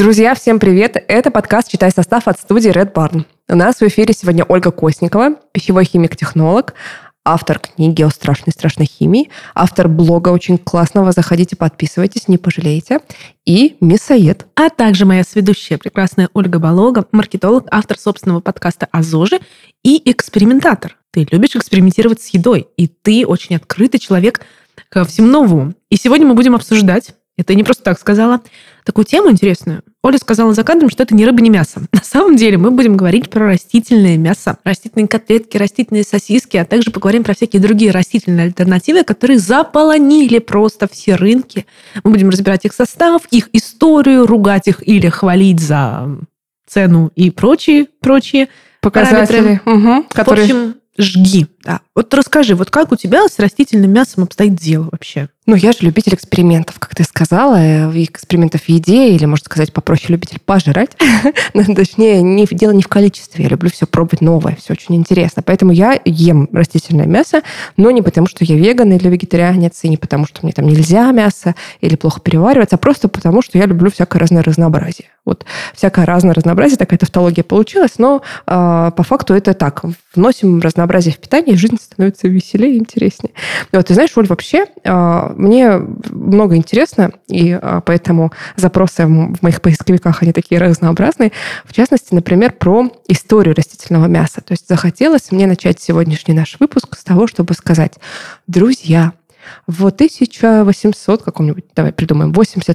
Друзья, всем привет! Это подкаст «Читай состав» от студии Red Barn. У нас в эфире сегодня Ольга Косникова, пищевой химик-технолог, автор книги о страшной химии, автор блога очень классного, заходите, подписывайтесь, не пожалеете, и мясоед. А также моя сведущая, прекрасная Ольга Болога, маркетолог, автор собственного подкаста о ЗОЖе и экспериментатор. Ты любишь экспериментировать с едой, и ты очень открытый человек ко всему новому. И сегодня мы будем обсуждать, это не просто так сказала, такую тему интересную. Оля сказала за кадром, что это ни рыба, ни мясо. На самом деле мы будем говорить про растительное мясо, растительные котлетки, растительные сосиски, а также поговорим про всякие другие растительные альтернативы, которые заполонили просто все рынки. Мы будем разбирать их состав, их историю, ругать их или хвалить за цену и прочие Показатели, которые... В общем, жги. Да. Вот расскажи, вот как у тебя с растительным мясом обстоит дело вообще? Ну, я же любитель экспериментов, как ты сказала, экспериментов в еде, или, можно сказать, попроще, любитель пожрать. Точнее, дело не в количестве. Я люблю все пробовать новое, все очень интересно. Поэтому я ем растительное мясо, но не потому, что я веган или вегетарианец, и не потому, что мне там нельзя мясо или плохо перевариваться, а просто потому, что я люблю всякое разное разнообразие. Вот всякое разное разнообразие, такая тавтология получилась, но по факту это так. Вносим разнообразие в питание, и жизнь становится веселее и интереснее. Вот, ты знаешь, Оль, вообще мне много интересно, и поэтому запросы в моих поисковиках, они такие разнообразные. В частности, например, про историю растительного мяса. То есть захотелось мне начать сегодняшний наш выпуск с того, чтобы сказать: друзья, в 1800 каком-нибудь, давай придумаем,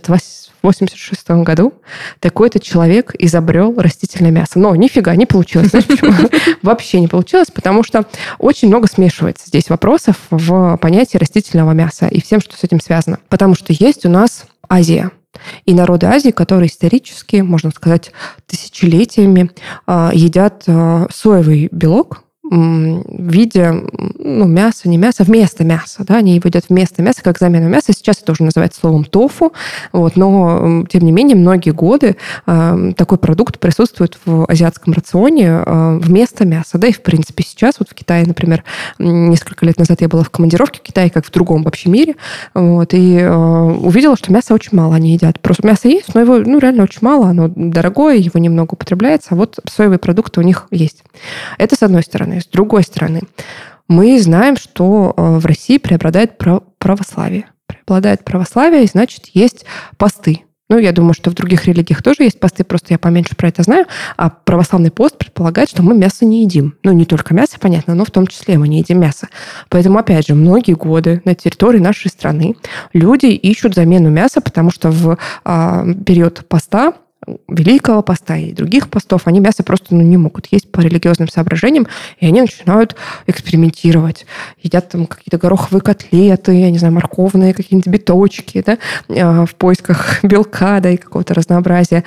86 году такой-то человек изобрел растительное мясо. Но нифига не получилось. Знаешь почему? Вообще не получилось, потому что очень много смешивается здесь вопросов в понятии растительного мяса и всем, что с этим связано. Потому что есть у нас Азия. И народы Азии, которые исторически, можно сказать, тысячелетиями едят соевый белок, в виде мяса, не мяса, вместо мяса. Да? Они его едят вместо мяса, как замену мяса. Сейчас это уже называется словом тофу. Вот, но, тем не менее, многие годы такой продукт присутствует в азиатском рационе вместо мяса. Да, и, в принципе, сейчас вот в Китае, например, несколько лет назад я была в командировке в Китае, как в другом вообще мире, вот, и увидела, что мяса очень мало они едят. Просто мясо есть, но его реально очень мало. Оно дорогое, его немного употребляется, а вот соевые продукты у них есть. Это с одной стороны. С другой стороны, мы знаем, что в России преобладает православие. Преобладает православие, и значит, есть посты. Ну, я думаю, что в других религиях тоже есть посты, просто я поменьше про это знаю. А православный пост предполагает, что мы мясо не едим. Ну, не только мясо, понятно, но в том числе мы не едим мясо. Поэтому, опять же, многие годы на территории нашей страны люди ищут замену мяса, потому что в период поста, Великого поста и других постов, они мясо просто не могут есть по религиозным соображениям, и они начинают экспериментировать. Едят там какие-то гороховые котлеты, я не знаю, морковные какие-нибудь биточки, да, в поисках белка, да, и какого-то разнообразия.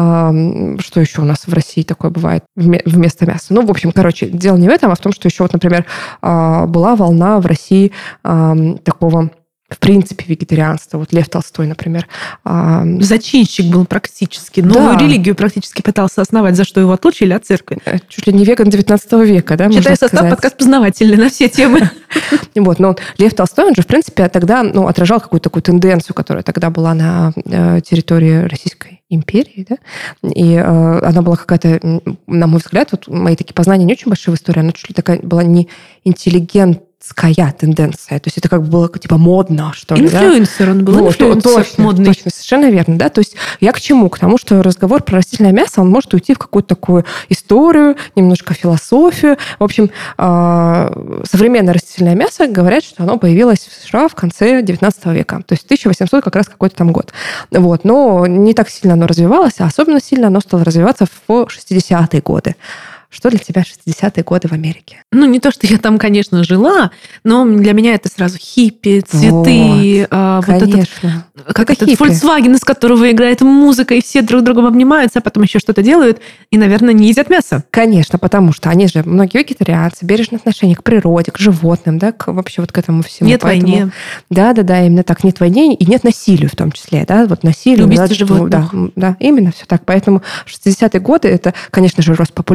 Что еще у нас в России такое бывает вместо мяса? Ну, в общем, дело не в этом, а в том, что еще, вот, например, была волна в России такого, в принципе, вегетарианство. Вот Лев Толстой, например. Зачинщик был практически. Новую религию практически пытался основать, за что его отлучили от церкви. Чуть ли не веган 19 века, да? Читай состав, подкаст познавательный на все темы. Вот, но Лев Толстой, он же, в принципе, тогда отражал какую-то такую тенденцию, которая тогда была на территории Российской империи, да? И она была какая-то, на мой взгляд, вот мои такие познания не очень большие в истории, она чуть ли такая была не интеллигентная тенденция. То есть это как бы было типа модно, что ли. Инфлюенсер, да? Он был инфлюенсер модный. Точно, совершенно верно. Да? То есть я к чему? К тому, что разговор про растительное мясо, он может уйти в какую-то такую историю, немножко философию. В общем, современное растительное мясо, говорят, что оно появилось в США в конце 19 века. То есть 1800 как раз какой-то там год. Вот. Но не так сильно оно развивалось, а особенно сильно оно стало развиваться в 60-е годы. Что для тебя 60-е годы в Америке? Ну, не то, что я там, конечно, жила, но для меня это сразу хиппи, цветы. Вот этот, как этот Volkswagen, из которого играет музыка, и все друг другом обнимаются, а потом еще что-то делают, и, наверное, не едят мясо. Конечно, потому что они же, многие вегетарианцы, бережное отношение к природе, к животным, да, вообще вот к этому всему. Нет войне. Да, именно так. Нет войне, и нет насилию в том числе, да, вот насилие. Убийство животных. Да, именно все так. Поэтому 60-е годы, это, конечно же, рост популярности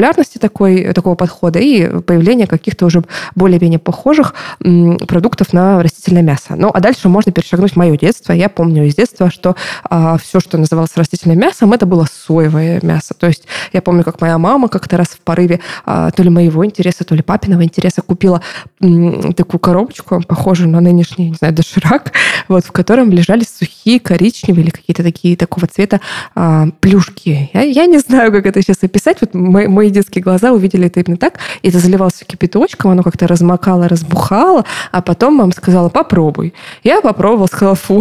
такого подхода и появление каких-то уже более-менее похожих продуктов на растительное мясо. Ну, а дальше можно перешагнуть в мое детство. Я помню из детства, что все, что называлось растительным мясом, это было соевое мясо. То есть я помню, как моя мама как-то раз в порыве то ли моего интереса, то ли папиного интереса купила такую коробочку, похожую на нынешний, не знаю, доширак, в котором лежали сухие коричневые или какие-то такого цвета плюшки. Я не знаю, как это сейчас описать. Вот мои детские глаза увидели это именно так. И это заливалось кипяточком, оно как-то размокало, разбухало, а потом мама сказала: попробуй. Я попробовала, сказала: фу.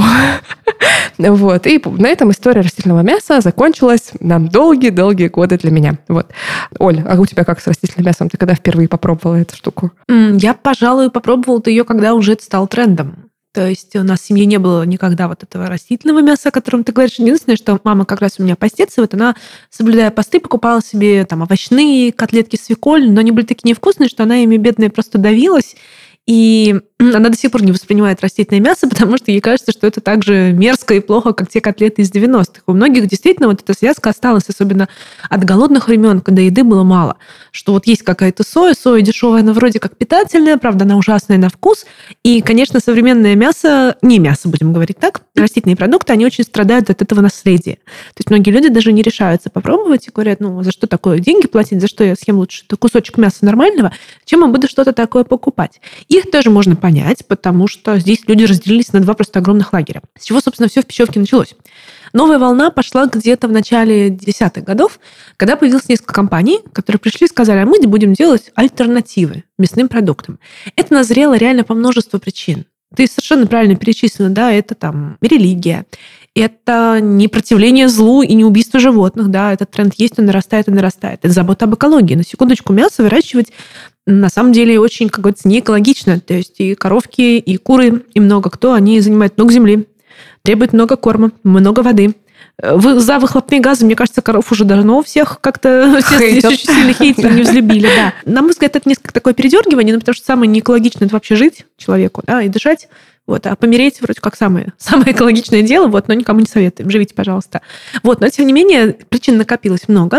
Вот. И на этом история растительного мяса закончилась на долгие-долгие годы для меня. Вот. Оль, а у тебя как с растительным мясом? Ты когда впервые попробовала эту штуку? Я, пожалуй, попробовала ее, когда уже это стал трендом. То есть у нас в семье не было никогда вот этого растительного мяса, о котором ты говоришь. Единственное, что мама как раз у меня постится, вот она, соблюдая посты, покупала себе там овощные котлетки свеколь, но они были такие невкусные, что она ими, бедная, просто давилась. И она до сих пор не воспринимает растительное мясо, потому что ей кажется, что это так же мерзко и плохо, как те котлеты из 90-х. У многих действительно вот эта связка осталась, особенно от голодных времен, когда еды было мало. Что вот есть какая-то соя дешевая, она вроде как питательная, правда, она ужасная на вкус. И, конечно, современное мясо, не мясо, будем говорить так, растительные продукты, они очень страдают от этого наследия. То есть многие люди даже не решаются попробовать и говорят: ну, за что такое деньги платить, за что я съем лучше кусочек мяса нормального, чем я буду что-то такое покупать. Их тоже можно понять, потому что здесь люди разделились на два просто огромных лагеря. С чего, собственно, все в Пищевке началось. Новая волна пошла где-то в начале 10-х годов, когда появилось несколько компаний, которые пришли и сказали: а мы будем делать альтернативы мясным продуктам. Это назрело реально по множеству причин. Ты совершенно правильно перечислила, да, это там религия, это не противление злу и не убийство животных, да, этот тренд есть, он нарастает и нарастает. Это забота об экологии. На секундочку, мясо выращивать на самом деле очень, как говорится, не экологично. То есть и коровки, и куры, и много кто, они занимают много земли, требуют много корма, много воды. За выхлопные газы, мне кажется, коров уже давно всех как-то очень сильно хейтили, не взлюбили. Да. На мой взгляд, это несколько такое передергивание, потому что самое неэкологичное — это вообще жить человеку, да, и дышать. Вот, а помереть вроде как самое экологичное дело, вот, но никому не советуем. Живите, пожалуйста. Вот, но, тем не менее, причин накопилось много.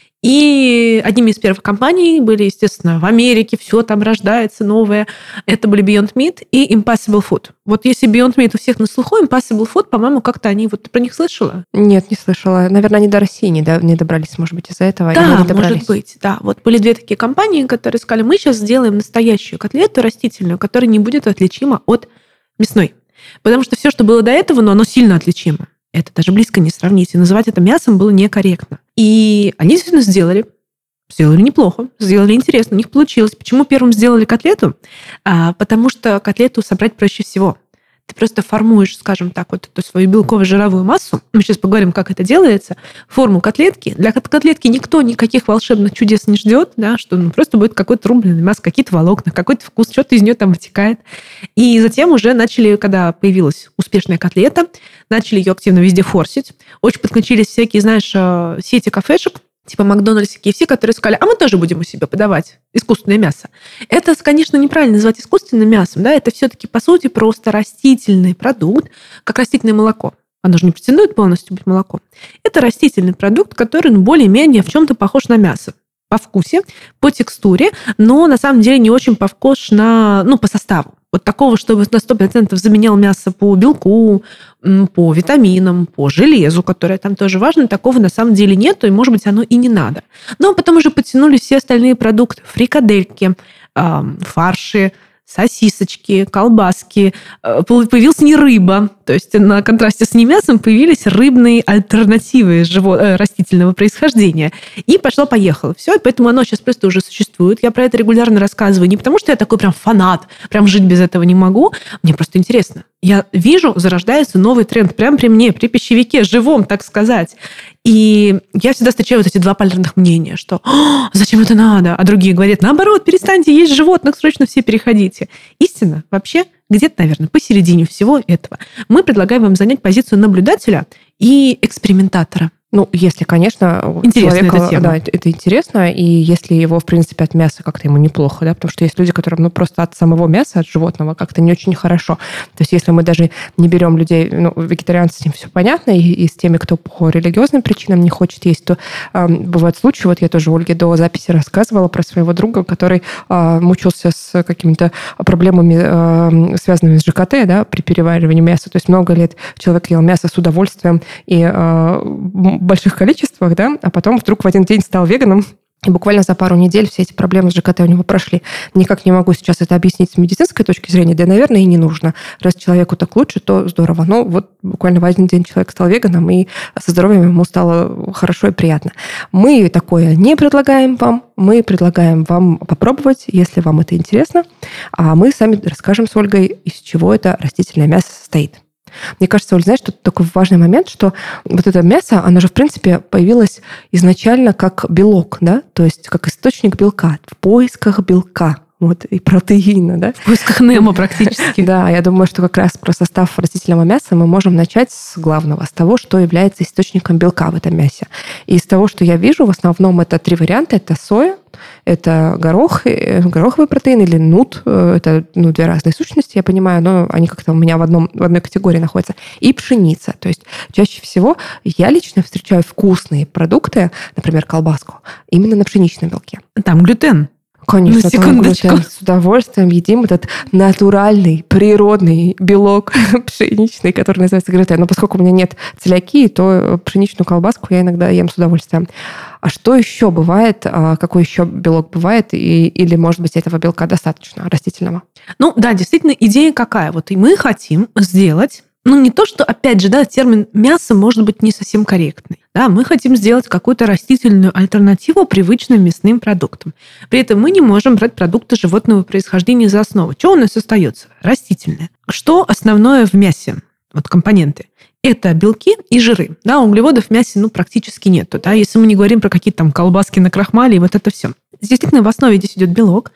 И одними из первых компаний были, естественно, в Америке, все там рождается новое. Это были Beyond Meat и Impossible Food. Вот если Beyond Meat у всех на слуху, Impossible Food, по-моему, как-то они... Вот ты про них слышала? Нет, не слышала. Наверное, они до России не добрались, может быть, из-за этого. Да, может быть, да. Вот были две такие компании, которые сказали: мы сейчас сделаем настоящую котлету растительную, которая не будет отличима от мясной. Потому что все, что было до этого, но оно сильно отличимо. Это даже близко не сравнить. И называть это мясом было некорректно. И они действительно сделали неплохо, сделали интересно, у них получилось. Почему первым сделали котлету? Потому что котлету собрать проще всего. Ты просто формуешь, скажем так, вот эту свою белково-жировую массу. Мы сейчас поговорим, как это делается. Форму котлетки. Для котлетки никто никаких волшебных чудес не ждет, да, что просто будет какое-то рубленое мясо, какие-то волокна, какой-то вкус, что-то из нее там вытекает. И затем уже начали, когда появилась успешная котлета, начали ее активно везде форсить. Очень подключились всякие, знаешь, сети кафешек, типа Макдональдс и KFC, которые сказали: а мы тоже будем у себя подавать искусственное мясо. Это, конечно, неправильно называть искусственным мясом, да, это все-таки, по сути, просто растительный продукт, как растительное молоко. Оно же не претендует полностью быть молоком. Это растительный продукт, который более-менее в чем-то похож на мясо. По вкусе, по текстуре, но на самом деле не очень похож по составу. Вот такого, чтобы на 100% заменял мясо по белку, по витаминам, по железу, которое там тоже важно, такого на самом деле нету, и, может быть, оно и не надо. Но потом уже подтянулись все остальные продукты: фрикадельки, фарши, сосисочки, колбаски. Появилась не рыба. То есть на контрасте с немясом появились рыбные альтернативы растительного происхождения. И пошло-поехало. Все, и поэтому оно сейчас просто уже существует. Я про это регулярно рассказываю. Не потому, что я такой прям фанат, прям жить без этого не могу. Мне просто интересно. Я вижу, зарождается новый тренд прямо при мне, при пищевике, живом, так сказать. И я всегда встречаю вот эти два полярных мнения, что зачем это надо? А другие говорят: наоборот, перестаньте есть животных, срочно все переходите. Истина вообще где-то, наверное, посередине всего этого. Мы предлагаем вам занять позицию наблюдателя и экспериментатора. Ну, если, конечно, интересная человеку, эта тема. да, это интересно, и если его, в принципе, от мяса как-то ему неплохо, да, потому что есть люди, которым, ну, просто от самого мяса, от животного как-то не очень хорошо. То есть если мы даже не берем людей, ну, вегетарианцы, с ним все понятно, и с теми, кто по религиозным причинам не хочет есть, то бывают случаи, вот я тоже Ольге до записи рассказывала про своего друга, который мучился с какими-то проблемами, связанными с ЖКТ, да, при переваривании мяса. То есть много лет человек ел мясо с удовольствием и в больших количествах, да, а потом вдруг в один день стал веганом, и буквально за пару недель все эти проблемы с ЖКТ у него прошли. Никак не могу сейчас это объяснить с медицинской точки зрения, да, наверное, и не нужно. Раз человеку так лучше, то здорово. Но вот буквально в один день человек стал веганом, и со здоровьем ему стало хорошо и приятно. Мы такое не предлагаем вам. Мы предлагаем вам попробовать, если вам это интересно. А мы сами расскажем с Ольгой, из чего это растительное мясо состоит. Мне кажется, Оль, знаешь, тут такой важный момент, что вот это мясо, оно же, в принципе, появилось изначально как белок, да, то есть как источник белка, в поисках белка. Вот, и протеина, да? В поисках Немо практически. Да, я думаю, что как раз про состав растительного мяса мы можем начать с главного, с того, что является источником белка в этом мясе. И из того, что я вижу, в основном это 3 варианта. Это соя, это гороховый протеин или нут. Это 2 разные сущности, я понимаю, но они как-то у меня в одной категории находятся. И пшеница. То есть чаще всего я лично встречаю вкусные продукты, например, колбаску, именно на пшеничном белке. Там глютен. Конечно, там глютен. С удовольствием едим этот натуральный, природный белок пшеничный, который называется глютен. Но поскольку у меня нет целиакии, то пшеничную колбаску я иногда ем с удовольствием. А что еще бывает? Какой еще белок бывает? Или, может быть, этого белка достаточно растительного? Ну да, действительно, идея какая? Вот и мы хотим сделать... Ну, не то, что, опять же, да, термин мясо может быть не совсем корректный. Да, мы хотим сделать какую-то растительную альтернативу привычным мясным продуктам. При этом мы не можем брать продукты животного происхождения за основу. Что у нас остается? Растительное. Что основное в мясе? Вот компоненты. Это белки и жиры. Да, углеводов в мясе практически нету. Да, если мы не говорим про какие-то там колбаски на крахмале и вот это все. Действительно, в основе здесь идет белок.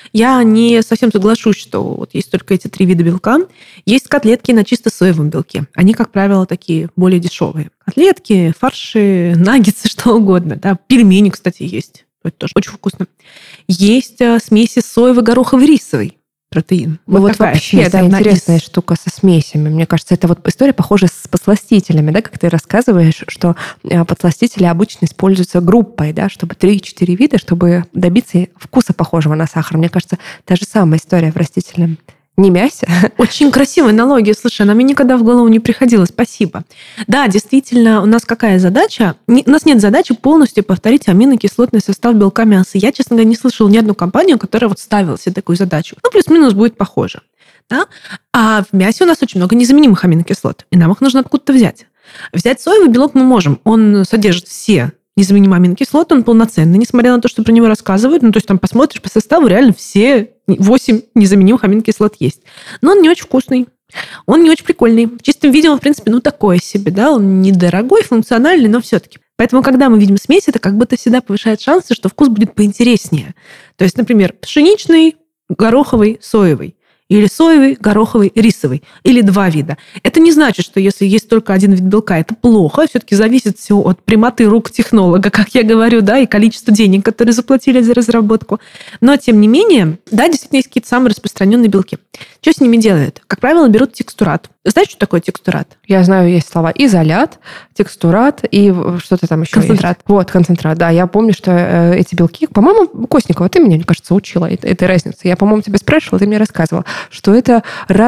Я не совсем соглашусь, что вот есть только эти 3 вида белка. Есть котлетки на чисто соевом белке. Они, как правило, такие более дешевые. Котлетки, фарши, наггетсы, что угодно. Да. Пельмени, кстати, есть. Это тоже очень вкусно. Есть смеси соевый, рисовый протеин. Вот вообще, да, интересная штука со смесями. Мне кажется, это вот история похожа с подсластителями, да, как ты рассказываешь, что подсластители обычно используются группой, да, чтобы 3-4 вида, чтобы добиться вкуса похожего на сахар. Мне кажется, та же самая история в растительном не мясе. Очень красивая аналогия. Слушай, она мне никогда в голову не приходила. Спасибо. Да, действительно, у нас какая задача? У нас нет задачи полностью повторить аминокислотный состав белка мяса. Я, честно говоря, не слышала ни одну компанию, которая вот ставила себе такую задачу. Плюс-минус будет похоже. Да? А в мясе у нас очень много незаменимых аминокислот, и нам их нужно откуда-то взять. Взять соевый белок мы можем. Он содержит все незаменимые аминокислоты, он полноценный, несмотря на то, что про него рассказывают. То есть там посмотришь по составу, реально все 8 незаменимых аминокислот есть. Но он не очень вкусный. Он не очень прикольный. В чистом виде он, в принципе, такое себе, да, он недорогой, функциональный, но все-таки. Поэтому, когда мы видим смесь, это как будто всегда повышает шансы, что вкус будет поинтереснее. То есть, например, пшеничный, гороховый, соевый. Или соевый, гороховый, рисовый. Или 2 вида. Это не значит, что если есть только один вид белка, это плохо. Все-таки зависит все от прямоты рук технолога, как я говорю, да, и количества денег, которые заплатили за разработку. Но, тем не менее, да, действительно есть какие-то самые распространенные белки. Что с ними делают? Как правило, берут текстурат. Знаешь, что такое текстурат? Я знаю, есть слова изолят, текстурат и что-то там еще концентрат. Есть. Вот, концентрат, да. Я помню, что эти белки... По-моему, Косникова, ты меня, мне кажется, учила этой разницы. Я, по-моему, тебе спрашивала, ты мне рассказывала, что это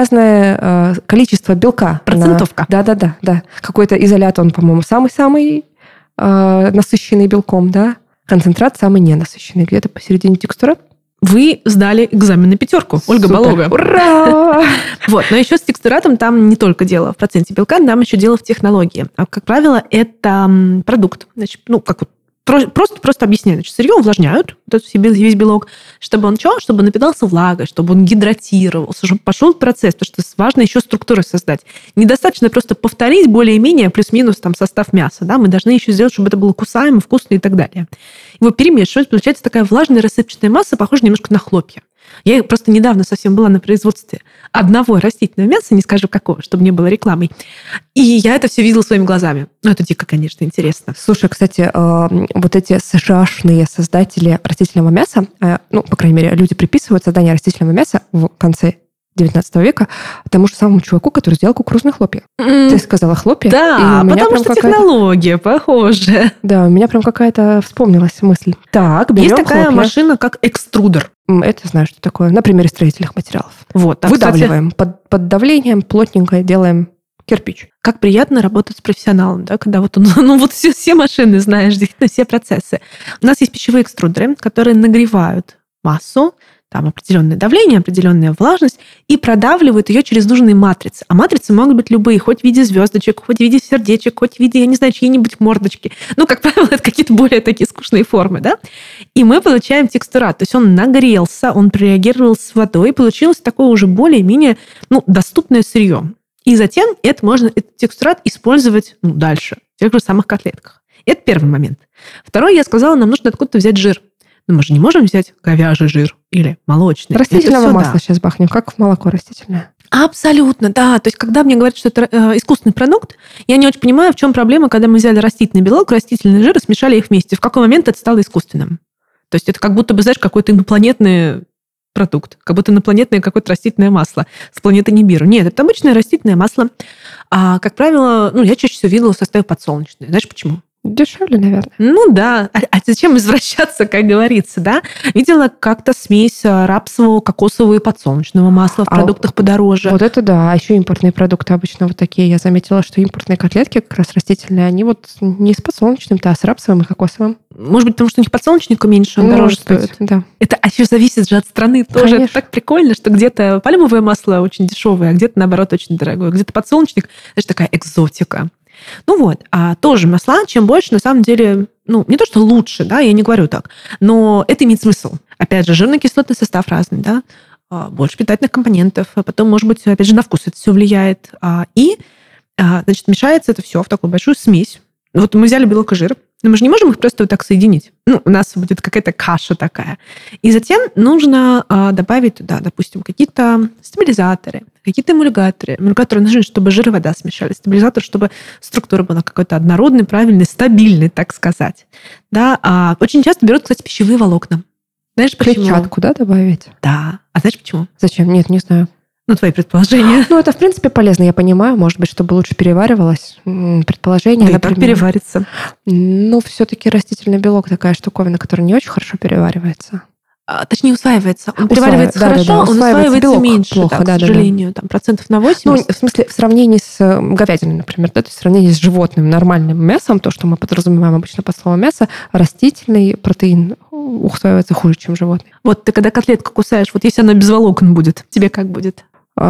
разное количество белка. Процентовка. Да. Какой-то изолят, он, по-моему, самый-самый насыщенный белком, да? Концентрат самый ненасыщенный. Где-то посередине текстурат. Вы сдали экзамен на 5, Ольга Болога. Ура! Вот, но еще с текстуратом там не только дело в проценте белка, там еще дело в технологии. А, как правило, это продукт. Значит, просто объясняю. Значит, сырье увлажняют, вот этот весь белок, чтобы он что? Чтобы напитался влагой, чтобы он гидратировался, чтобы пошел процесс, потому что важно еще структуры создать. Недостаточно просто повторить более-менее плюс-минус там состав мяса. Да? Мы должны еще сделать, чтобы это было кусаемо, вкусно и так далее. Его перемешивать, получается такая влажная рассыпчатая масса, похожая немножко на хлопья. Я просто недавно совсем была на производстве одного растительного мяса, не скажу какого, чтобы не было рекламой. И я это все видела своими глазами. Ну, это дико, конечно, интересно. Слушай, кстати, вот эти США-шные создатели растительного мяса, ну, по крайней мере, люди приписывают создание растительного мяса в конце 19 века тому же самому чуваку, который сделал кукурузные хлопья. Ты сказала хлопья? Да, потому что технология похожая. Да, у меня прям какая-то вспомнилась мысль. Так, берем Есть такая хлопья. машина, как экструдер. Это знаю, что такое. На примере строительных материалов. Вот, там, выдавливаем. Кстати, под давлением плотненько делаем кирпич. как приятно работать с профессионалом, да, когда вот он, ну вот все машины знаешь, действительно все процессы. У нас есть пищевые экструдеры, которые нагревают массу, там определенное давление, определенная влажность, и продавливают ее через нужные матрицы. А матрицы могут быть любые, хоть в виде звездочек, хоть в виде сердечек, хоть в виде, я не знаю, чьи-нибудь мордочки. Ну, как правило, это какие-то более такие скучные формы, да? И мы получаем текстурат. То есть он нагрелся, он прореагировал с водой, и получилось такое уже более-менее доступное сырье. И затем этот текстурат использовать дальше, в тех же самых котлетках. Это первый момент. Второй, я сказала, нам нужно откуда-то взять жир. Но мы же не можем взять говяжий жир или молочный. Растительного масла сейчас бахнем, как молоко растительное. Абсолютно, да. То есть, когда мне говорят, что это искусственный продукт, я не очень понимаю, в чем проблема, когда мы взяли растительный белок, растительный жир и смешали их вместе. В какой момент это стало искусственным? То есть, это как будто бы, знаешь, какой-то инопланетный продукт, как будто инопланетное какое-то растительное масло с планеты Нибиру. Нет, это обычное растительное масло. А, как правило, я чаще всего видела в составе подсолнечное. Знаешь почему? Дешевле, наверное. Ну да. А зачем извращаться, как говорится, да? Видела как-то смесь рапсового, кокосового и подсолнечного масла в продуктах подороже. Вот это да. А еще импортные продукты обычно вот такие. Я заметила, что импортные котлетки как раз растительные, они вот не с подсолнечным-то, а с рапсовым и кокосовым. Может быть, потому что у них подсолнечника меньше, он дороже стоит. Да. Это еще зависит же от страны тоже. Конечно. Это так прикольно, что где-то пальмовое масло очень дешевое, а где-то, наоборот, очень дорогое. Где-то подсолнечник, знаешь, такая экзотика. А тоже масла, чем больше, на самом деле, не то, что лучше, да, я не говорю так, но это имеет смысл. Опять же, жирно-кислотный состав разный, да, больше питательных компонентов, а потом, может быть, опять же, на вкус это все влияет. Значит, мешается это все в такую большую смесь. Вот мы взяли белок и жир, но мы же не можем их просто вот так соединить. У нас будет какая-то каша такая. И затем нужно добавить туда, допустим, какие-то стабилизаторы, какие-то эмульгаторы. Эмульгаторы нужны, чтобы жир и вода смешались. Стабилизатор, чтобы структура была какой-то однородной, правильной, стабильной, так сказать. Да? Очень часто берут, кстати, пищевые волокна. Знаешь, почему? Клетчатку, да, добавить? Да. А знаешь, почему? Зачем? Нет, не знаю. Твои предположения. Это, в принципе, полезно, я понимаю. Может быть, чтобы лучше переваривалось. Предположение, да, например. И так переварится. Все-таки растительный белок такая штуковина, которая не очень хорошо переваривается. Точнее, усваивается. Он переваривается хорошо, он усваивается меньше, плохо, к сожалению, там, процентов на 80. В смысле, в сравнении с говядиной, например, да, то есть в сравнении с животным нормальным мясом, то, что мы подразумеваем обычно под словом мясо, растительный протеин усваивается хуже, чем животный. Вот ты когда котлетку кусаешь, вот если она без волокон будет, тебе как будет?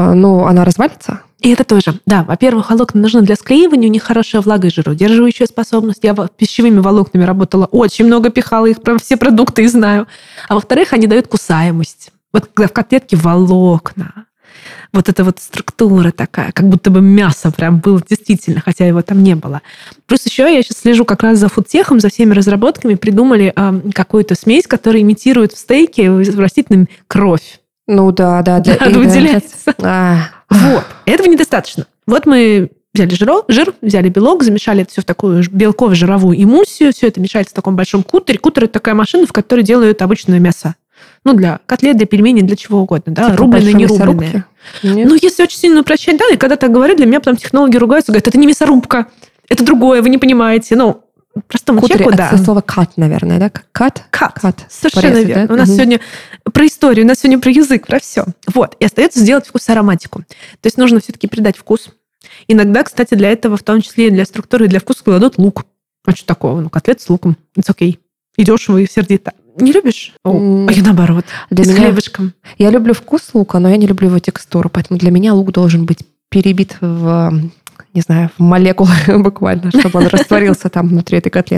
Она развалится. И это тоже. Да, во-первых, волокна нужны для склеивания, у них хорошая влага и жироудерживающая способность. Я пищевыми волокнами работала, очень много пихала их, прям все продукты и знаю. А во-вторых, они дают кусаемость. Вот когда в котлетке волокна, вот эта вот структура такая, как будто бы мясо прям было действительно, хотя его там не было. Плюс еще я сейчас слежу как раз за фудтехом, за всеми разработками, придумали какую-то смесь, которая имитирует в стейке в растительном кровь. Да. Выделяется. Вот. Этого недостаточно. Вот мы взяли жир, взяли белок, замешали это все в такую белково-жировую эмульсию, все это мешается в таком большом кутере. Кутер – это такая машина, в которой делают обычное мясо. Для котлет, для пельменей, для чего угодно. Да? Рубленое, не рубленое. Если очень сильно упрощать, да, и когда так говорят, для меня потом технологи ругаются, говорят, это не мясорубка, это другое, вы не понимаете. Простому человеку, да. Это слово cut, наверное, да? Cut. Совершенно порезать, верно. да? У нас сегодня про историю, у нас сегодня про язык, про все. Вот. И остается сделать вкус и ароматику. То есть нужно все-таки придать вкус. Иногда, кстати, для этого, в том числе и для структуры, и для вкуса кладут лук. А что такого? Котлет с луком. It's okay. И дешево, и сердито. Не любишь? А я наоборот. С хлебушком. Я люблю вкус лука, но я не люблю его текстуру. Поэтому для меня лук должен быть перебит в молекулы буквально, чтобы он растворился там внутри этой котлеты.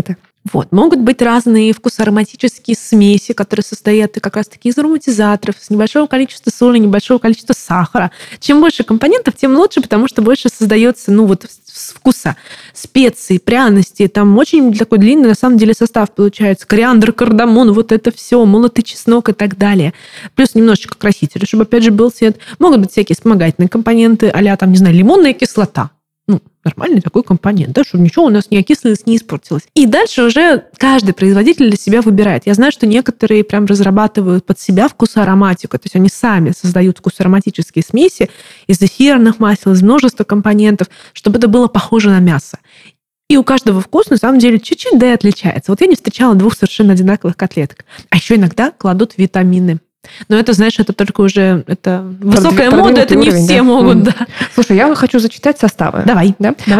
Вот. Могут быть разные вкусоароматические смеси, которые состоят как раз-таки из ароматизаторов, с небольшого количества соли, небольшого количества сахара. Чем больше компонентов, тем лучше, потому что больше создается, вкуса. Специи, пряности. Там очень такой длинный, на самом деле, состав получается. Кориандр, кардамон, вот это все, молотый чеснок и так далее. Плюс немножечко красителя, чтобы, опять же, был цвет. Могут быть всякие вспомогательные компоненты, а-ля, лимонная кислота. Нормальный такой компонент, да, чтобы ничего у нас не окислилось, не испортилось. И дальше уже каждый производитель для себя выбирает. Я знаю, что некоторые прям разрабатывают под себя вкусоароматику, то есть они сами создают вкусоароматические смеси из эфирных масел, из множества компонентов, чтобы это было похоже на мясо. И у каждого вкус, на самом деле, чуть-чуть, да, и отличается. Вот я не встречала двух совершенно одинаковых котлеток. А еще иногда кладут витамины. Но это, знаешь, это только уже высокая мода, это не все могут, да. Слушай, я хочу зачитать составы. Давай.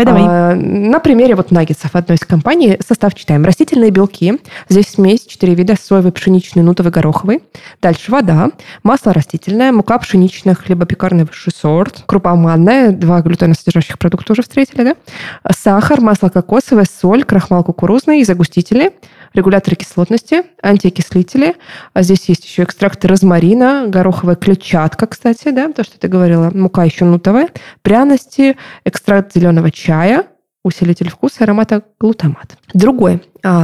На примере наггетсов одной из компаний состав читаем. Растительные белки. Здесь смесь 4 вида: соевый, пшеничный, нутовый, гороховый. Дальше вода, масло растительное, мука пшеничная, хлебопекарный высший сорт, крупа манная, 2 глютеносодержащих продукта уже встретили, да? Сахар, масло кокосовое, соль, крахмал кукурузный, загустители, регуляторы кислотности, антиокислители. А здесь есть еще экстракты розмарина, гороховая клетчатка, кстати, да, то, что ты говорила, мука еще нутовая, пряности, экстракт зеленого чая, усилитель вкуса, аромата глутамат. Другой.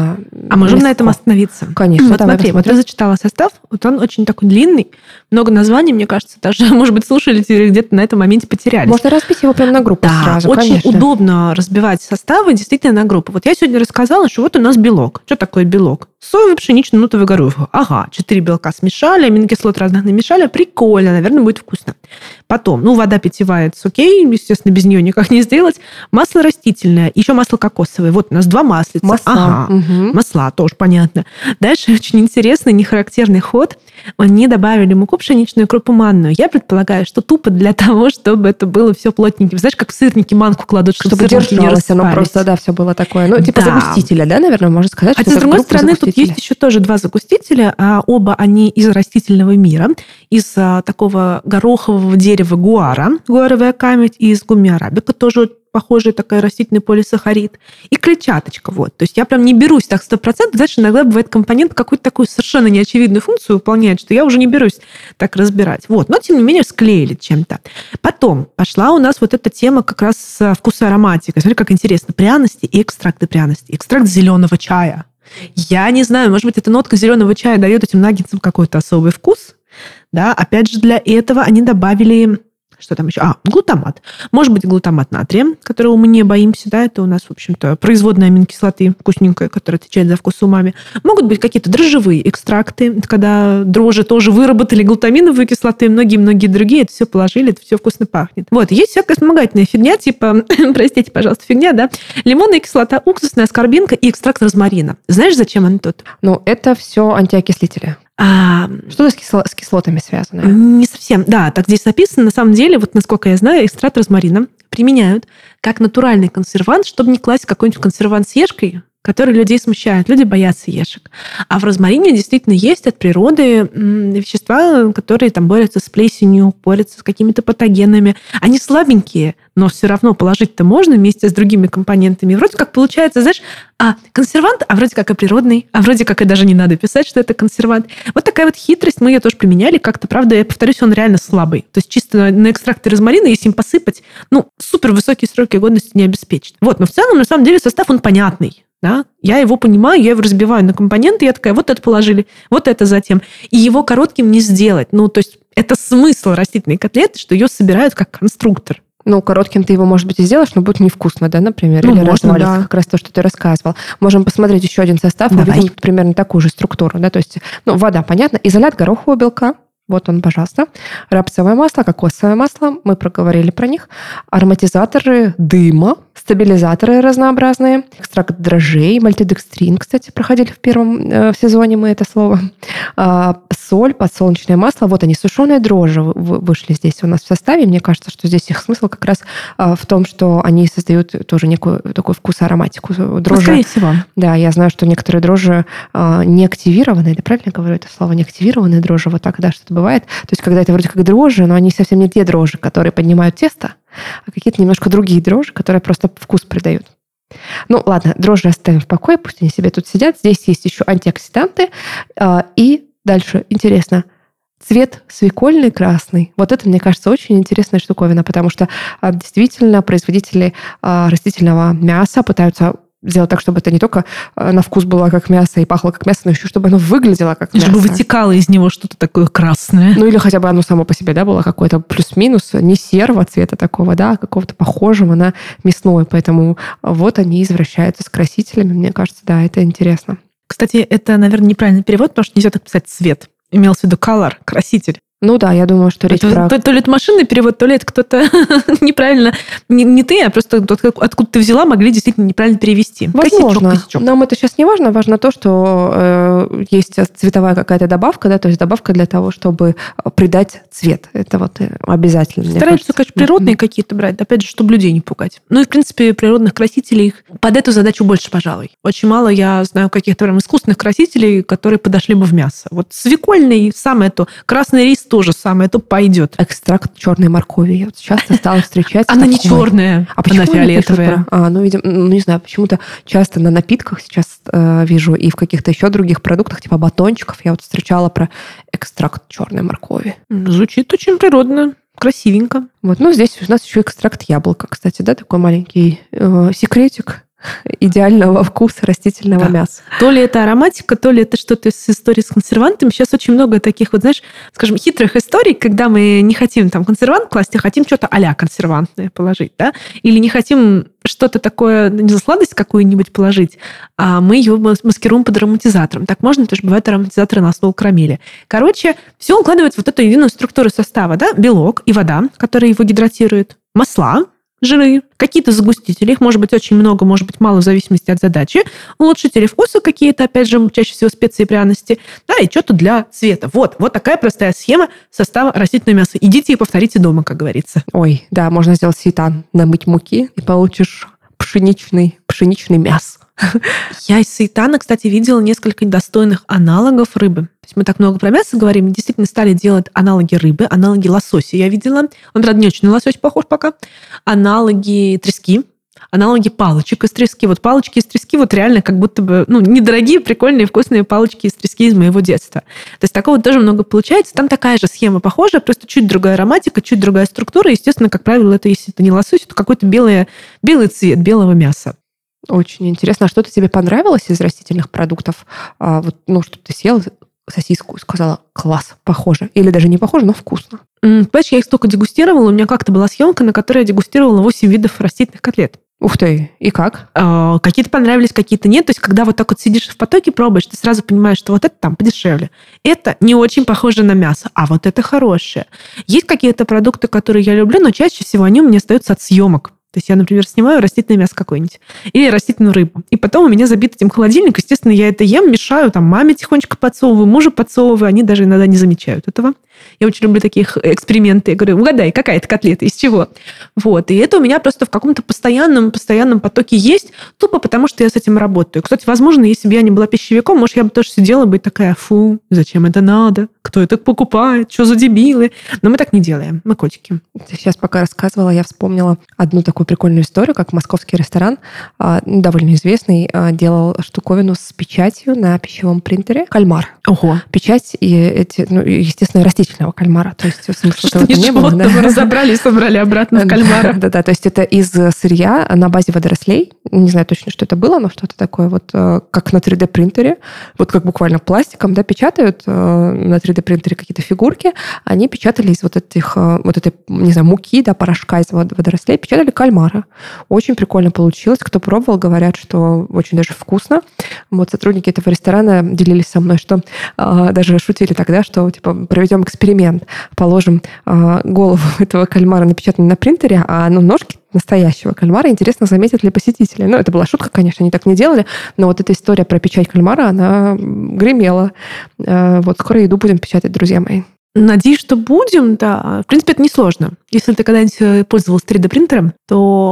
Можем на этом остановиться? Конечно. Смотри, вот я зачитала состав, вот он очень такой длинный, много названий, мне кажется, даже, может быть, слушатели где-то на этом моменте потерялись. Можно разбить его прямо на группы сразу, очень конечно. удобно разбивать составы действительно на группы. Вот я сегодня рассказала, что вот у нас белок. Что такое белок? Соевый, пшеничный, нутовый, гороховый. 4 белка смешали, аминокислот разных намешали. Прикольно, наверное, будет вкусно. Потом, вода питьевая, окей, естественно, без нее никак не сделать. Масло растительное, еще масло кокосовое. Вот у нас 2 маслица. Масла, тоже понятно. Дальше очень интересный, нехарактерный ход. Они добавили муку пшеничную и крупу манную. Я предполагаю, что тупо для того, чтобы это было все плотненьким. Знаешь, как в сырники манку кладут, чтобы сырники не рассыпались. Оно просто, все было такое. Загустителя, да, наверное, можно сказать. Хотя, с другой стороны, тут есть еще тоже 2 загустителя. Оба они из растительного мира. Из такого горохового дерева гуаровая камедь, и из гумми арабика, тоже похожий такой растительный полисахарид, и клетчаточка. Вот. То есть я прям не берусь так 100%. Дальше иногда бывает компонент какую-то такую совершенно неочевидную функцию выполняет, что я уже не берусь так разбирать. Вот. Но, тем не менее, склеили чем-то. Потом пошла у нас вот эта тема как раз с вкусоароматикой. Смотри, как интересно. Пряности и экстракты пряности. Экстракт зеленого чая. Я не знаю, может быть, эта нотка зеленого чая дает этим наггетсам какой-то особый вкус. Да? Опять же, для этого они добавили... Что там еще? Глутамат. Может быть, глутамат натрия, которого мы не боимся, да, это у нас, в общем-то, производная аминокислоты вкусненькая, которая отвечает за вкус умами. Могут быть какие-то дрожжевые экстракты, когда дрожжи тоже выработали глутаминовые кислоты, многие-многие другие, это все положили, это все вкусно пахнет. Вот, есть всякая вспомогательная фигня, типа, простите, пожалуйста, фигня, да, лимонная кислота, уксусная аскорбинка и экстракт розмарина. Знаешь, зачем он тут? Это все антиокислители. Что-то с кислотами связано? Не совсем. Да, так здесь написано. На самом деле, вот насколько я знаю, экстракт розмарина применяют как натуральный консервант, чтобы не класть какой-нибудь консервант с ешкой, который людей смущает. Люди боятся ешек. А в розмарине действительно есть от природы вещества, которые там борются с плесенью, борются с какими-то патогенами. Они слабенькие, но все равно положить-то можно вместе с другими компонентами. Вроде как получается, знаешь, консервант, а вроде как и природный, а вроде как и даже не надо писать, что это консервант. Вот такая вот хитрость, мы ее тоже применяли как-то, правда, я повторюсь, он реально слабый. То есть чисто на экстракты розмарина, если им посыпать, супер высокие сроки годности не обеспечит. Вот, но в целом, на самом деле, состав, он понятный. Да? Я его понимаю, я его разбиваю на компоненты, я такая, вот это положили, вот это затем. И его коротким не сделать. То есть это смысл растительной котлеты, что ее собирают как конструктор. Коротким ты его, может быть, и сделаешь, но будет невкусно, да, например? Или можно, развалится, да. Как раз то, что ты рассказывал. Можем посмотреть еще один состав, мы видим примерно такую же структуру, да, то есть, вода, понятно, изолят горохового белка, вот он, пожалуйста. Рапсовое масло, кокосовое масло, мы проговорили про них. Ароматизаторы дыма, стабилизаторы разнообразные, экстракт дрожжей, мальтодекстрин, кстати, проходили в первом сезоне мы это слово. Соль, подсолнечное масло, вот они, сушеные дрожжи вышли здесь у нас в составе. Мне кажется, что здесь их смысл как раз в том, что они создают тоже некую такую вкус-ароматику. Дрожжи. Скорее всего. Да, я знаю, что некоторые дрожжи не активированные, или правильно я говорю это слово, не активированные дрожжи, вот так, да, что-то бывает. То есть, когда это вроде как дрожжи, но они совсем не те дрожжи, которые поднимают тесто, а какие-то немножко другие дрожжи, которые просто вкус придают. Ну, ладно, дрожжи оставим в покое, пусть они себе тут сидят. Здесь есть еще антиоксиданты. И дальше, интересно, цвет свекольный красный. Вот это, мне кажется, очень интересная штуковина, потому что действительно производители растительного мяса пытаются сделать так, чтобы это не только на вкус было как мясо и пахло как мясо, но еще чтобы оно выглядело как мясо. Чтобы вытекало из него что-то такое красное. Ну или хотя бы оно само по себе, да, было какое-то плюс-минус, не серого цвета такого, да, а какого-то похожего на мясное. Поэтому вот они извращаются с красителями. Мне кажется, да, это интересно. Кстати, это, наверное, неправильный перевод, потому что нельзя так писать цвет. Имелся в виду color, краситель. Ну да, я думаю, что речь про... То ли это машинный перевод, то ли это кто-то неправильно... Не ты, а просто откуда ты взяла, могли действительно неправильно перевести. Возможно. Нам это сейчас не важно. Важно то, что есть цветовая какая-то добавка, да, то есть добавка для того, чтобы придать цвет. Это вот обязательно. Стараются, конечно, природные какие-то брать, опять же, чтобы людей не пугать. Ну и, в принципе, природных красителей под эту задачу больше, пожалуй. Очень мало я знаю каких-то прям искусственных красителей, которые подошли бы в мясо. Вот свекольный, самое то, красный рис тоже самое, то пойдет. Экстракт черной моркови. Я вот часто стала встречать. Она не черная, она фиолетовая. Ну, видимо, не знаю, почему-то часто на напитках сейчас вижу и в каких-то еще других продуктах, типа батончиков, я вот встречала про экстракт черной моркови. Звучит очень природно, красивенько. Вот, ну, здесь у нас еще экстракт яблока, кстати, да, такой маленький секретик идеального вкуса растительного мяса. То ли это ароматика, то ли это что-то с историей с консервантами. Сейчас очень много таких вот, знаешь, скажем, хитрых историй, когда мы не хотим там консервант класть, а хотим что-то а-ля консервантное положить, да? Или не хотим что-то такое, не знаю, сладость какую-нибудь положить, а мы ее маскируем под ароматизатором. Так можно, потому что бывают ароматизаторы на основе карамели. Короче, все укладывается в вот эту единую структуру состава, да? Белок и вода, которая его гидратирует, масла, жиры, какие-то загустители, их может быть очень много, может быть мало, в зависимости от задачи, улучшители вкуса какие-то, опять же, чаще всего специи и пряности, да, и что-то для цвета. Вот такая простая схема состава растительного мяса. Идите и повторите дома, как говорится. Ой, да, можно сделать сейтан, намыть муки, и получишь пшеничный мясо. Я из сейтана, кстати, видела несколько достойных аналогов рыбы. То есть мы так много про мясо говорим, действительно стали делать аналоги рыбы, аналоги лосося я видела. Он, правда, не очень на лосось похож пока. Аналоги трески, аналоги палочек из трески. Вот палочки из трески вот реально как будто бы, недорогие, прикольные, вкусные палочки из трески из моего детства. То есть такого тоже много получается. Там такая же схема похожая, просто чуть другая ароматика, чуть другая структура. Естественно, как правило, это, если это не лосось, то какой-то белый цвет белого мяса. Очень интересно. А что-то тебе понравилось из растительных продуктов? Что ты съел сосиску и сказала, класс, похоже. Или даже не похоже, но вкусно. Понимаешь, я их столько дегустировала. У меня как-то была съемка, на которой я дегустировала 8 видов растительных котлет. Ух ты, и как? Какие-то понравились, какие-то нет. То есть, когда вот так вот сидишь в потоке, пробуешь, ты сразу понимаешь, что вот это там подешевле. Это не очень похоже на мясо, а вот это хорошее. Есть какие-то продукты, которые я люблю, но чаще всего они у меня остаются от съемок. То есть я, например, снимаю растительное мясо какое-нибудь или растительную рыбу. И потом у меня забит этим холодильник. Естественно, я это ем, мешаю, там маме тихонечко подсовываю, мужу подсовываю. Они даже иногда не замечают этого. Я очень люблю таких эксперименты. Я говорю, угадай, какая это котлета, из чего? Вот. И это у меня просто в каком-то постоянном потоке есть, тупо потому, что я с этим работаю. Кстати, возможно, если бы я не была пищевиком, может, я бы тоже сидела бы и такая, фу, зачем это надо? Кто это покупает? Что за дебилы? Но мы так не делаем. Мы котики. Ты сейчас пока рассказывала, я вспомнила одну такую прикольную историю, как московский ресторан, довольно известный, делал штуковину с печатью на пищевом принтере. Кальмар. Ого. Печать и естественно, растительного кальмара. То есть смысла этого не было. Да? Мы разобрали и собрали обратно в кальмара. Да, то есть это из сырья на базе водорослей. Не знаю точно, что это было, но что-то такое вот как на 3D-принтере. Вот как буквально пластиком, да, печатают на 3D-принтере какие-то фигурки. Они печатали из вот этой, не знаю, муки, да, порошка из водорослей, печатали кальмара. Очень прикольно получилось. Кто пробовал, говорят, что очень даже вкусно. Вот сотрудники этого ресторана делились со мной, что даже шутили тогда, что типа проведем эксперимент, положим голову этого кальмара, напечатанную на принтере, а ножки настоящего кальмара, интересно, заметят ли посетители. Это была шутка, конечно, они так не делали, но вот эта история про печать кальмара, она гремела. Вот скоро еду будем печатать, друзья мои. Надеюсь, что будем, да. В принципе, это несложно. Если ты когда-нибудь пользовалась 3D-принтером, то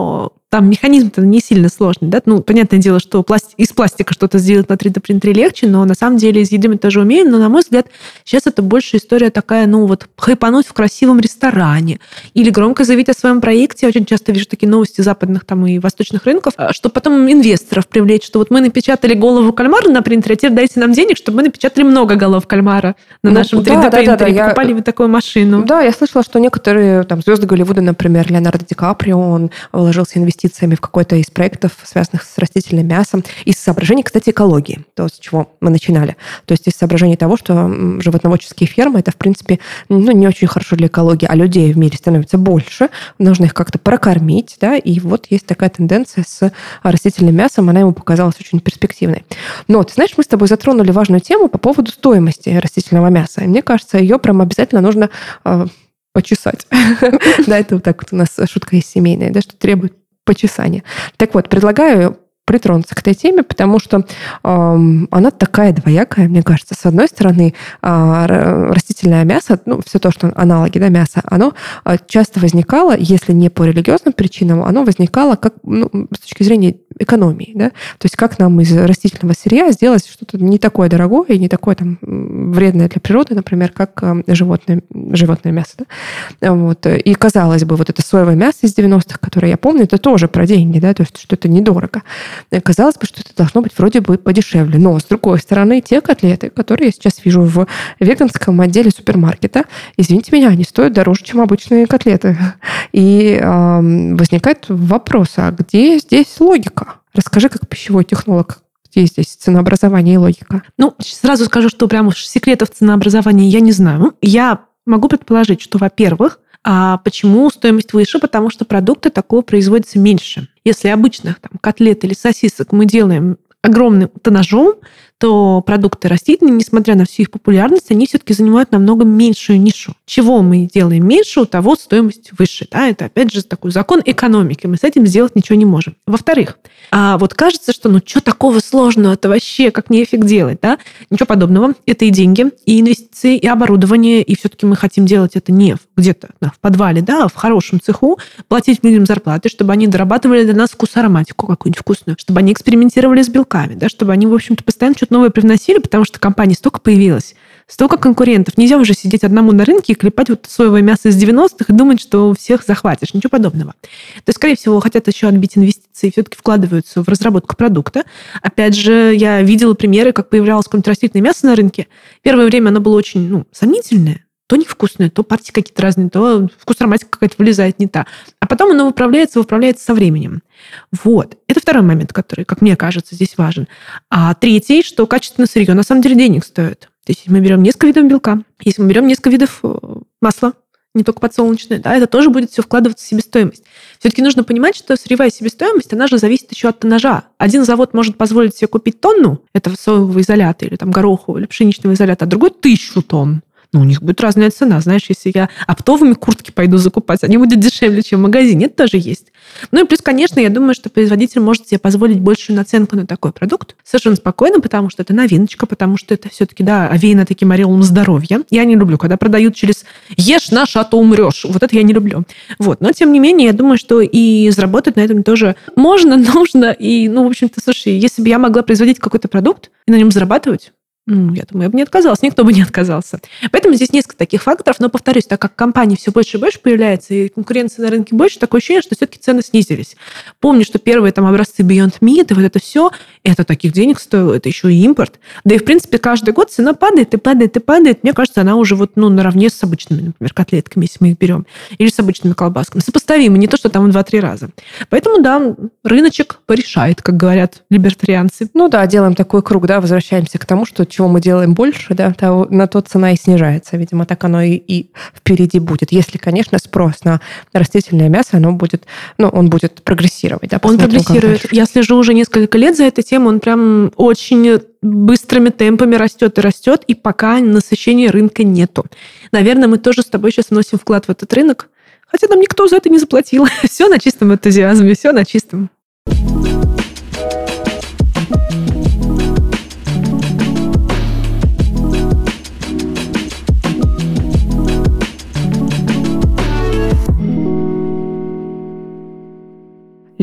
там механизм-то не сильно сложный, да, ну, понятное дело, что из пластика что-то сделать на 3D-принтере легче, но на самом деле из еды мы тоже умеем, но, на мой взгляд, сейчас это больше история такая, ну, вот, хайпануть в красивом ресторане или громко заявить о своем проекте. Я очень часто вижу такие новости западных там и восточных рынков, что потом инвесторов привлечь, что вот мы напечатали голову кальмара на принтере, а теперь дайте нам денег, чтобы мы напечатали много голов кальмара на нашем 3D-принтере. Да, покупали вы такую машину. Да, я слышала, что некоторые там звезды Голливуда, например, Леонардо Ди Каприо, он вложился инвестициями в какой-то из проектов, связанных с растительным мясом, из соображений, кстати, экологии, то, с чего мы начинали. То есть из соображений того, что животноводческие фермы, это, в принципе, ну, не очень хорошо для экологии, а людей в мире становится больше, нужно их как-то прокормить, да, и вот есть такая тенденция с растительным мясом, она ему показалась очень перспективной. Но, ты знаешь, мы с тобой затронули важную тему по поводу стоимости растительного мяса, и мне кажется, ее прям обязательно нужно почесать. Да, это вот так вот у нас шутка есть семейная, да, что требует почесания. Так вот, предлагаю притронуться к этой теме, потому что она такая двоякая, мне кажется. С одной стороны, растительное мясо, ну, все то, что аналоги, да, мяса, оно часто возникало, если не по религиозным причинам, оно возникало как, ну, с точки зрения экономии, да, то есть как нам из растительного сырья сделать что-то не такое дорогое и не такое там вредное для природы, например, как животное мясо, да? Вот. И казалось бы, вот это соевое мясо из 90-х, которое я помню, это тоже про деньги, да, то есть что это недорого. Казалось бы, что это должно быть вроде бы подешевле. Но, с другой стороны, те котлеты, которые я сейчас вижу в веганском отделе супермаркета, извините меня, они стоят дороже, чем обычные котлеты. И возникает вопрос, а где здесь логика? Расскажи, как пищевой технолог, где здесь ценообразование и логика? Ну, сразу скажу, что прям уж секретов ценообразования я не знаю. Я могу предположить, что, во-первых, почему стоимость выше? Потому что продукты такого производятся меньше. Если обычных там, котлет или сосисок мы делаем огромным тоннажом, то продукты растительные, несмотря на всю их популярность, они все-таки занимают намного меньшую нишу. Чего мы делаем меньше, у того стоимость выше. Да? Это, опять же, такой закон экономики. Мы с этим сделать ничего не можем. Во-вторых, вот кажется, что ну что такого сложного, это вообще как нефиг делать. Да? Ничего подобного. Это и деньги, и инвестиции, и оборудование. И все-таки мы хотим делать это не где-то в подвале, да, а в хорошем цеху, платить людям зарплаты, чтобы они дорабатывали для нас вкус-ароматику какую-нибудь вкусную, чтобы они экспериментировали с белками, да, чтобы они, в общем-то, постоянно что-то новое привносили, потому что компаний столько появилось, столько конкурентов. Нельзя уже сидеть одному на рынке и клепать вот соевое мясо из 90-х и думать, что всех захватишь. Ничего подобного. То есть, скорее всего, хотят еще отбить инвестиции, все-таки вкладываются в разработку продукта. Опять же, я видела примеры, как появлялось какое-нибудь растительное мясо на рынке. Первое время оно было очень сомнительное. То невкусное, то партии какие-то разные, то вкус-ароматика какая-то вылезает не та. А потом оно выправляется со временем. Вот. Это второй момент, который, как мне кажется, здесь важен. А третий, что качественное сырье на самом деле денег стоит. То есть, если мы берем несколько видов белка, если мы берем несколько видов масла, не только подсолнечное, да, это тоже будет все вкладываться в себестоимость. Все-таки нужно понимать, что сырьевая себестоимость, она же зависит еще от тоннажа. Один завод может позволить себе купить тонну этого соевого изолята или там горохового или пшеничного изолята, а другой 1000 тонн. У них будет разная цена. Знаешь, если я оптовыми куртки пойду закупать, они будут дешевле, чем в магазине. Это тоже есть. Ну и плюс, конечно, я думаю, что производитель может себе позволить большую наценку на такой продукт совершенно спокойно, потому что это новиночка, потому что это все-таки, да, овеяно таким ореолом здоровья. Я не люблю, когда продают через «ешь наш, а то умрешь». Вот это я не люблю. Вот. Но, тем не менее, я думаю, что и заработать на этом тоже можно, нужно. И, в общем-то, слушай, если бы я могла производить какой-то продукт и на нем зарабатывать, я думаю, я бы не отказалась, никто бы не отказался. Поэтому здесь несколько таких факторов, но, повторюсь, так как компаний все больше и больше появляется, и конкуренция на рынке больше, такое ощущение, что все-таки цены снизились. Помню, что первые там образцы Beyond Meat, и вот это все, это таких денег стоило, это еще и импорт. Да и, в принципе, каждый год цена падает и падает и падает. Мне кажется, она уже наравне с обычными, например, котлетками, если мы их берем, или с обычными колбасками. Сопоставимо, не то, что там в 2-3 раза. Поэтому, да, рыночек порешает, как говорят либертарианцы. Ну да, делаем такой круг, да, возвращаемся к тому, что чего мы делаем больше, да, на то цена и снижается. Видимо, так оно и впереди будет. Если, конечно, спрос на растительное мясо, оно будет, он будет прогрессировать. Да, он прогрессирует. Я слежу уже несколько лет за этой темой, он прям очень быстрыми темпами растет и растет, и пока насыщения рынка нету. Наверное, мы тоже с тобой сейчас вносим вклад в этот рынок, хотя нам никто за это не заплатил. Все на чистом энтузиазме, все на чистом.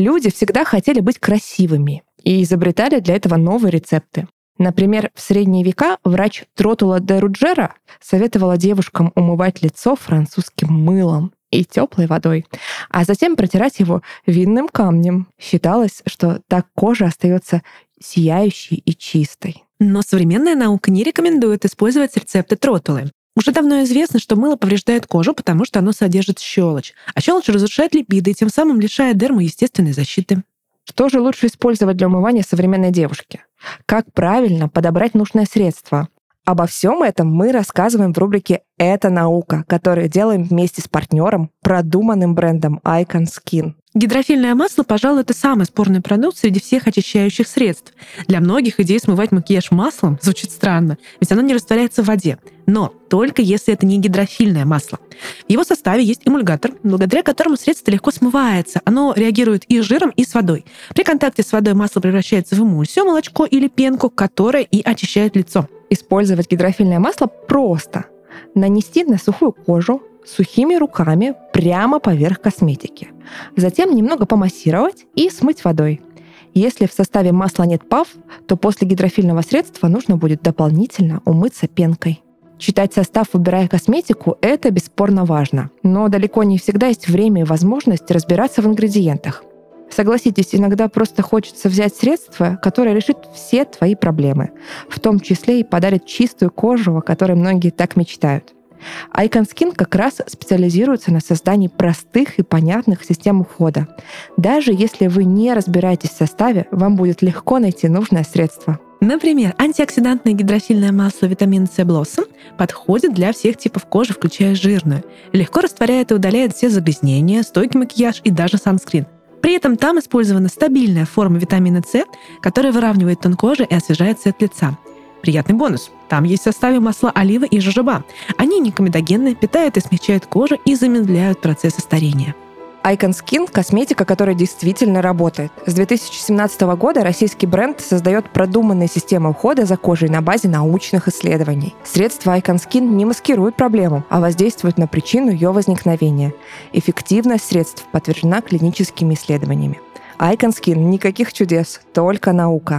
Люди всегда хотели быть красивыми и изобретали для этого новые рецепты. Например, в средние века врач Тротула де Руджера советовала девушкам умывать лицо французским мылом и теплой водой, а затем протирать его винным камнем. Считалось, что так кожа остается сияющей и чистой. Но современная наука не рекомендует использовать рецепты Тротулы. Уже давно известно, что мыло повреждает кожу, потому что оно содержит щелочь. А щелочь разрушает липиды и тем самым лишает дерму естественной защиты. Что же лучше использовать для умывания современной девушки? Как правильно подобрать нужное средство? Обо всем этом мы рассказываем в рубрике «Это наука», которую делаем вместе с партнером, продуманным брендом Icon Skin. Гидрофильное масло, пожалуй, это самый спорный продукт среди всех очищающих средств. Для многих идея смывать макияж маслом звучит странно, ведь оно не растворяется в воде. Но только если это не гидрофильное масло. В его составе есть эмульгатор, благодаря которому средство легко смывается. Оно реагирует и с жиром, и с водой. При контакте с водой масло превращается в эмульсию, молочко или пенку, которая и очищает лицо. Использовать гидрофильное масло просто. Нанести на сухую кожу сухими руками прямо поверх косметики. Затем немного помассировать и смыть водой. Если в составе масла нет ПАВ, то после гидрофильного средства нужно будет дополнительно умыться пенкой. Читать состав, выбирая косметику, это бесспорно важно. Но далеко не всегда есть время и возможность разбираться в ингредиентах. Согласитесь, иногда просто хочется взять средство, которое решит все твои проблемы, в том числе и подарит чистую кожу, о которой многие так мечтают. Icon Skin как раз специализируется на создании простых и понятных систем ухода. Даже если вы не разбираетесь в составе, вам будет легко найти нужное средство. Например, антиоксидантное гидрофильное масло витамин С Blossom подходит для всех типов кожи, включая жирную. Легко растворяет и удаляет все загрязнения, стойкий макияж и даже санскрин. При этом там использована стабильная форма витамина С, которая выравнивает тон кожи и освежает цвет лица. Приятный бонус. Там есть в составе масла оливы и жожоба. Они не комедогенны, питают и смягчают кожу и замедляют процессы старения. Icon Skin – косметика, которая действительно работает. С 2017 года российский бренд создает продуманные системы ухода за кожей на базе научных исследований. Средства Icon Skin не маскируют проблему, а воздействуют на причину ее возникновения. Эффективность средств подтверждена клиническими исследованиями. Icon Skin – никаких чудес, только наука.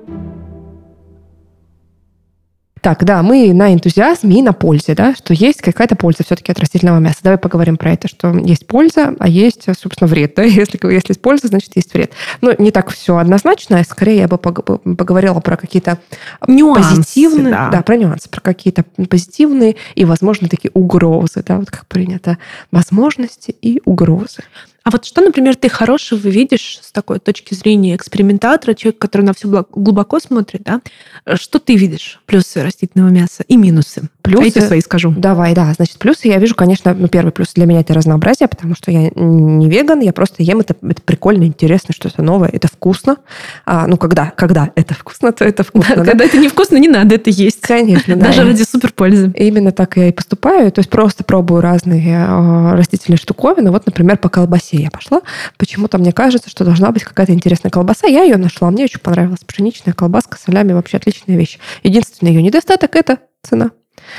Так, да, мы на энтузиазме и на пользе, да, что есть какая-то польза все-таки от растительного мяса. Давай поговорим про это, что есть польза, а есть, собственно, вред. Да? Если есть польза, значит, есть вред. Но не так все однозначно. Скорее, я бы поговорила про какие-то нюансы, позитивные, да, про нюансы, про какие-то позитивные и, возможно, такие угрозы, да, вот как принято, возможности и угрозы. А вот что, например, ты хорошего видишь с такой точки зрения экспериментатора, человека, который на все глубоко смотрит, да? Что ты видишь? Плюсы растительного мяса и минусы. Плюсы, эти свои скажу. Давай, да. Значит, плюсы я вижу, конечно, первый плюс для меня это разнообразие, потому что я не веган, я просто ем это прикольно, интересно, что-то новое, это вкусно. Когда это вкусно, то это вкусно. Да, когда это невкусно, не надо это есть. Конечно, да. Даже ради суперпользы. Именно так я и поступаю. То есть просто пробую разные растительные штуковины. Вот, например, по колбасе я пошла. Почему-то мне кажется, что должна быть какая-то интересная колбаса. Я ее нашла. Мне очень понравилась пшеничная колбаска с солями. Вообще отличная вещь. Единственный ее недостаток – это цена.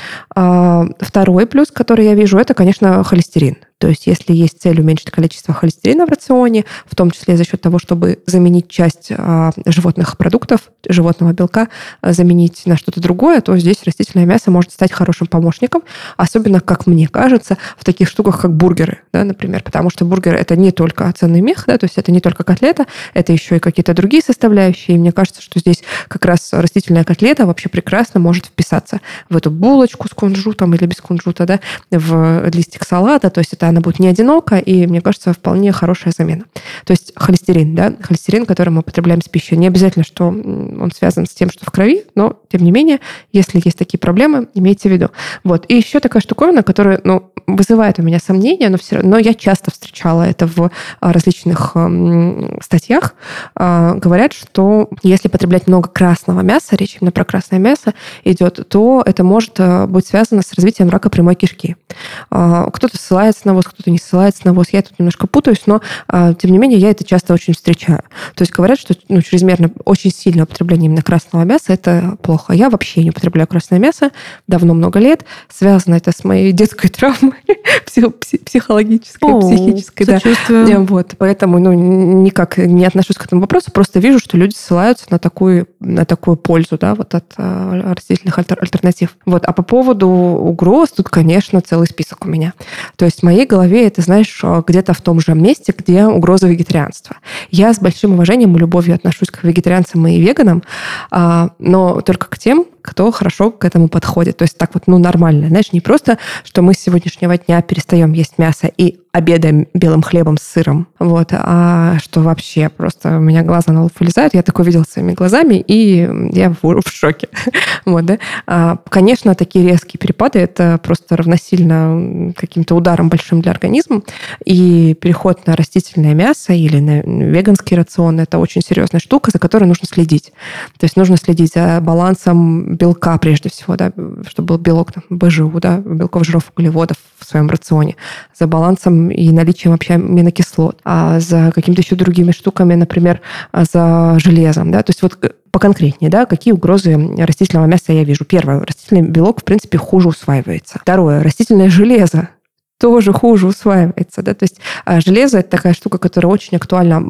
Второй плюс, который я вижу, это, конечно, холестерин. То есть если есть цель уменьшить количество холестерина в рационе, в том числе за счет того, чтобы заменить часть животных продуктов, животного белка, заменить на что-то другое, то здесь растительное мясо может стать хорошим помощником, особенно, как мне кажется, в таких штуках, как бургеры, да, например, потому что бургер – это не только ценный мех, да, то есть это не только котлета, это еще и какие-то другие составляющие, и мне кажется, что здесь как раз растительная котлета вообще прекрасно может вписаться в эту булочку с кунжутом или без кунжута, да, в листик салата, то есть это она будет не одинока, и, мне кажется, вполне хорошая замена. То есть холестерин, да, холестерин, который мы употребляем с пищей. Не обязательно, что он связан с тем, что в крови, но, тем не менее, если есть такие проблемы, имейте в виду. Вот. И еще такая штуковина, которая, вызывает у меня сомнения, но я часто встречала это в различных статьях. Говорят, что если потреблять много красного мяса, речь именно про красное мясо идет, то это может быть связано с развитием рака прямой кишки. Кто-то ссылается на навоз, кто-то не ссылается на навоз. Я тут немножко путаюсь, но, тем не менее, я это часто очень встречаю. То есть говорят, что чрезмерно, очень сильное употребление именно красного мяса – это плохо. Я вообще не употребляю красное мясо давно, много лет. Связано это с моей детской травмой психологической, психической. Да. Вот. Поэтому никак не отношусь к этому вопросу, просто вижу, что люди ссылаются на такую пользу, да, вот от растительных альтернатив. Вот. А по поводу угроз, тут, конечно, целый список у меня. То есть в моей голове это, знаешь, где-то в том же месте, где угроза вегетарианства. Я с большим уважением и любовью отношусь к вегетарианцам и веганам, но только к тем, кто хорошо к этому подходит. То есть так вот, нормально. Знаешь, не просто, что мы с сегодняшнего дня перестаем есть мясо и обедаем белым хлебом с сыром, вот, а что вообще просто у меня глаза на лоб вылезают, я такое видела своими глазами, и я в шоке. Вот, да. Конечно, такие резкие перепады, это просто равносильно каким-то ударом большим для организма, и переход на растительное мясо или на веганский рацион – это очень серьезная штука, за которой нужно следить. То есть нужно следить за балансом белка прежде всего, да, чтобы был белок БЖУ, да, белков, жиров, углеводов в своем рационе, за балансом и наличием вообще аминокислот, а за какими-то еще другими штуками, например, за железом, да, то есть вот поконкретнее, да, какие угрозы растительного мяса я вижу. Первое, растительный белок, в принципе, хуже усваивается. Второе, растительное железо тоже хуже усваивается. Да? То есть железо – это такая штука, которая очень актуальна